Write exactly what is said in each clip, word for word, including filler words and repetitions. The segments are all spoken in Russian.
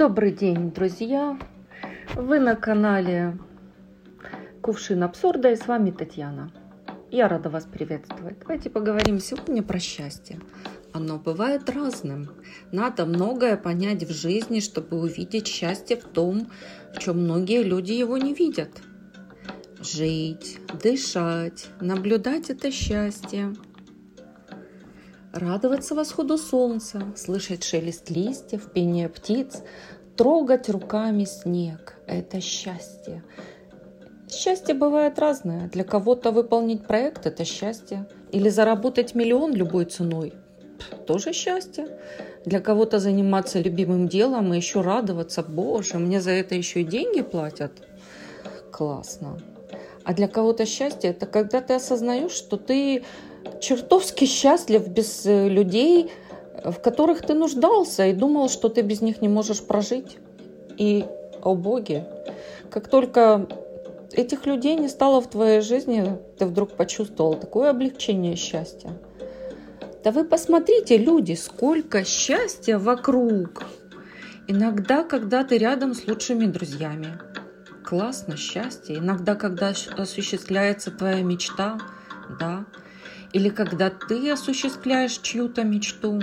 Добрый день, друзья! Вы на канале Кувшин Абсурда, и с вами Татьяна. Я рада вас приветствовать. Давайте поговорим сегодня про счастье. Оно бывает разным. Надо многое понять в жизни, чтобы увидеть счастье в том, в чем многие люди его не видят. Жить, дышать, наблюдать это счастье. Радоваться восходу солнца, слышать шелест листьев, пение птиц, трогать руками снег – это счастье. Счастье бывает разное. Для кого-то выполнить проект – это счастье. Или заработать миллион любой ценой – тоже счастье. Для кого-то заниматься любимым делом и еще радоваться – боже, мне за это еще и деньги платят. Классно. А для кого-то счастье – это когда ты осознаешь, что ты чертовски счастлив без людей, в которых ты нуждался и думал, что ты без них не можешь прожить. И, о боге, как только этих людей не стало в твоей жизни, ты вдруг почувствовал такое облегчение счастья. Да вы посмотрите, люди, сколько счастья вокруг. Иногда, когда ты рядом с лучшими друзьями. Классно, счастье. Иногда, когда осуществляется твоя мечта, да. Или когда ты осуществляешь чью-то мечту.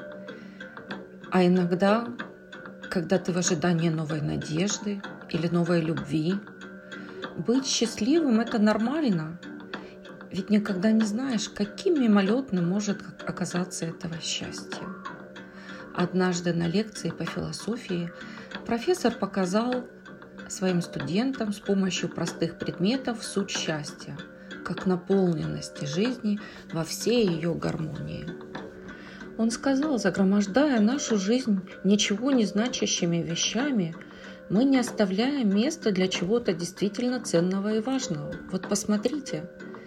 А иногда, когда ты в ожидании новой надежды или новой любви. Быть счастливым – это нормально. Ведь никогда не знаешь, каким мимолетным может оказаться этого счастья. Однажды на лекции по философии профессор показал своим студентам с помощью простых предметов суть счастья, как наполненности жизни во всей ее гармонии. Он сказал, загромождая нашу жизнь ничего не значащими вещами, мы не оставляем места для чего-то действительно ценного и важного. Вот посмотрите.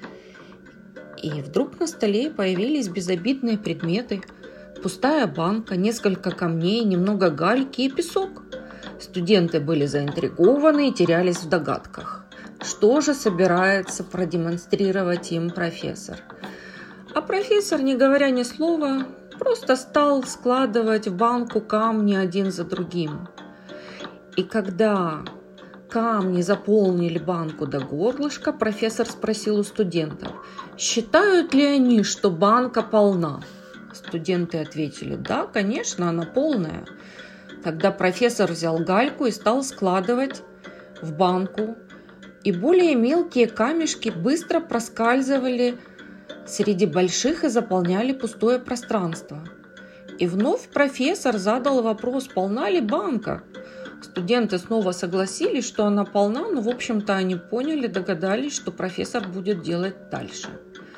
И вдруг на столе появились безобидные предметы, пустая банка, несколько камней, немного гальки и песок. Студенты были заинтригованы и терялись в догадках. Что же собирается продемонстрировать им профессор? А профессор, не говоря ни слова, просто стал складывать в банку камни один за другим. И когда камни заполнили банку до горлышка, профессор спросил у студентов, считают ли они, что банка полна? Студенты ответили, да, конечно, она полная. Тогда профессор взял гальку и стал складывать в банку, и более мелкие камешки быстро проскальзывали среди больших и заполняли пустое пространство. И вновь профессор задал вопрос, полна ли банка. Студенты снова согласились, что она полна, но, в общем-то, они поняли, догадались, что профессор будет делать дальше.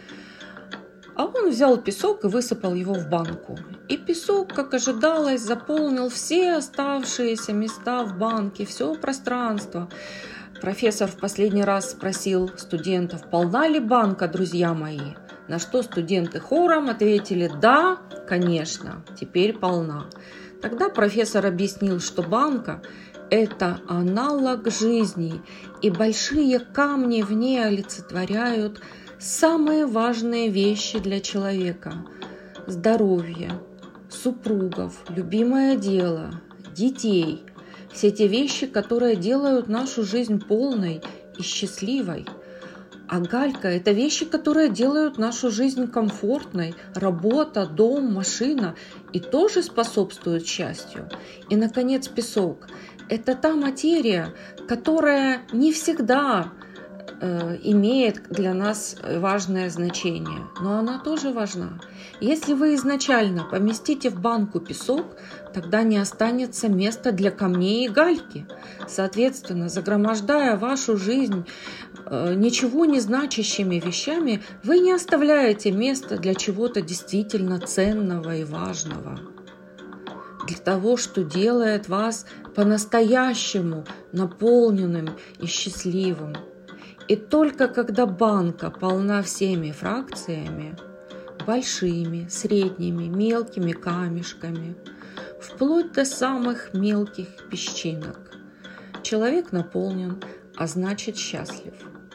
А он взял песок и высыпал его в банку. И песок, как ожидалось, заполнил все оставшиеся места в банке, все пространство. Профессор в последний раз спросил студентов, полна ли банка, друзья мои? На что студенты хором ответили, да, конечно, теперь полна. Тогда профессор объяснил, что банка – это аналог жизни, и большие камни в ней олицетворяют самые важные вещи для человека – здоровье, супругов, любимое дело, детей. Все те вещи, которые делают нашу жизнь полной и счастливой. А галька – это вещи, которые делают нашу жизнь комфортной. Работа, дом, машина и тоже способствуют счастью. И, наконец, песок – это та материя, которая не всегда э, имеет для нас важное значение, но она тоже важна. Если вы изначально поместите в банку песок, тогда не останется места для камней и гальки. Соответственно, загромождая вашу жизнь э, ничего не значащими вещами, вы не оставляете места для чего-то действительно ценного и важного. Для того, что делает вас по-настоящему наполненным и счастливым. И только когда банка полна всеми фракциями, большими, средними, мелкими камешками, вплоть до самых мелких песчинок, человек наполнен, а значит счастлив.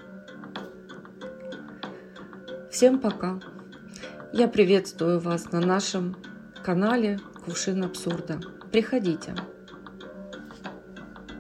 Всем пока! Я приветствую вас на нашем канале Кувшин Абсурда. Приходите!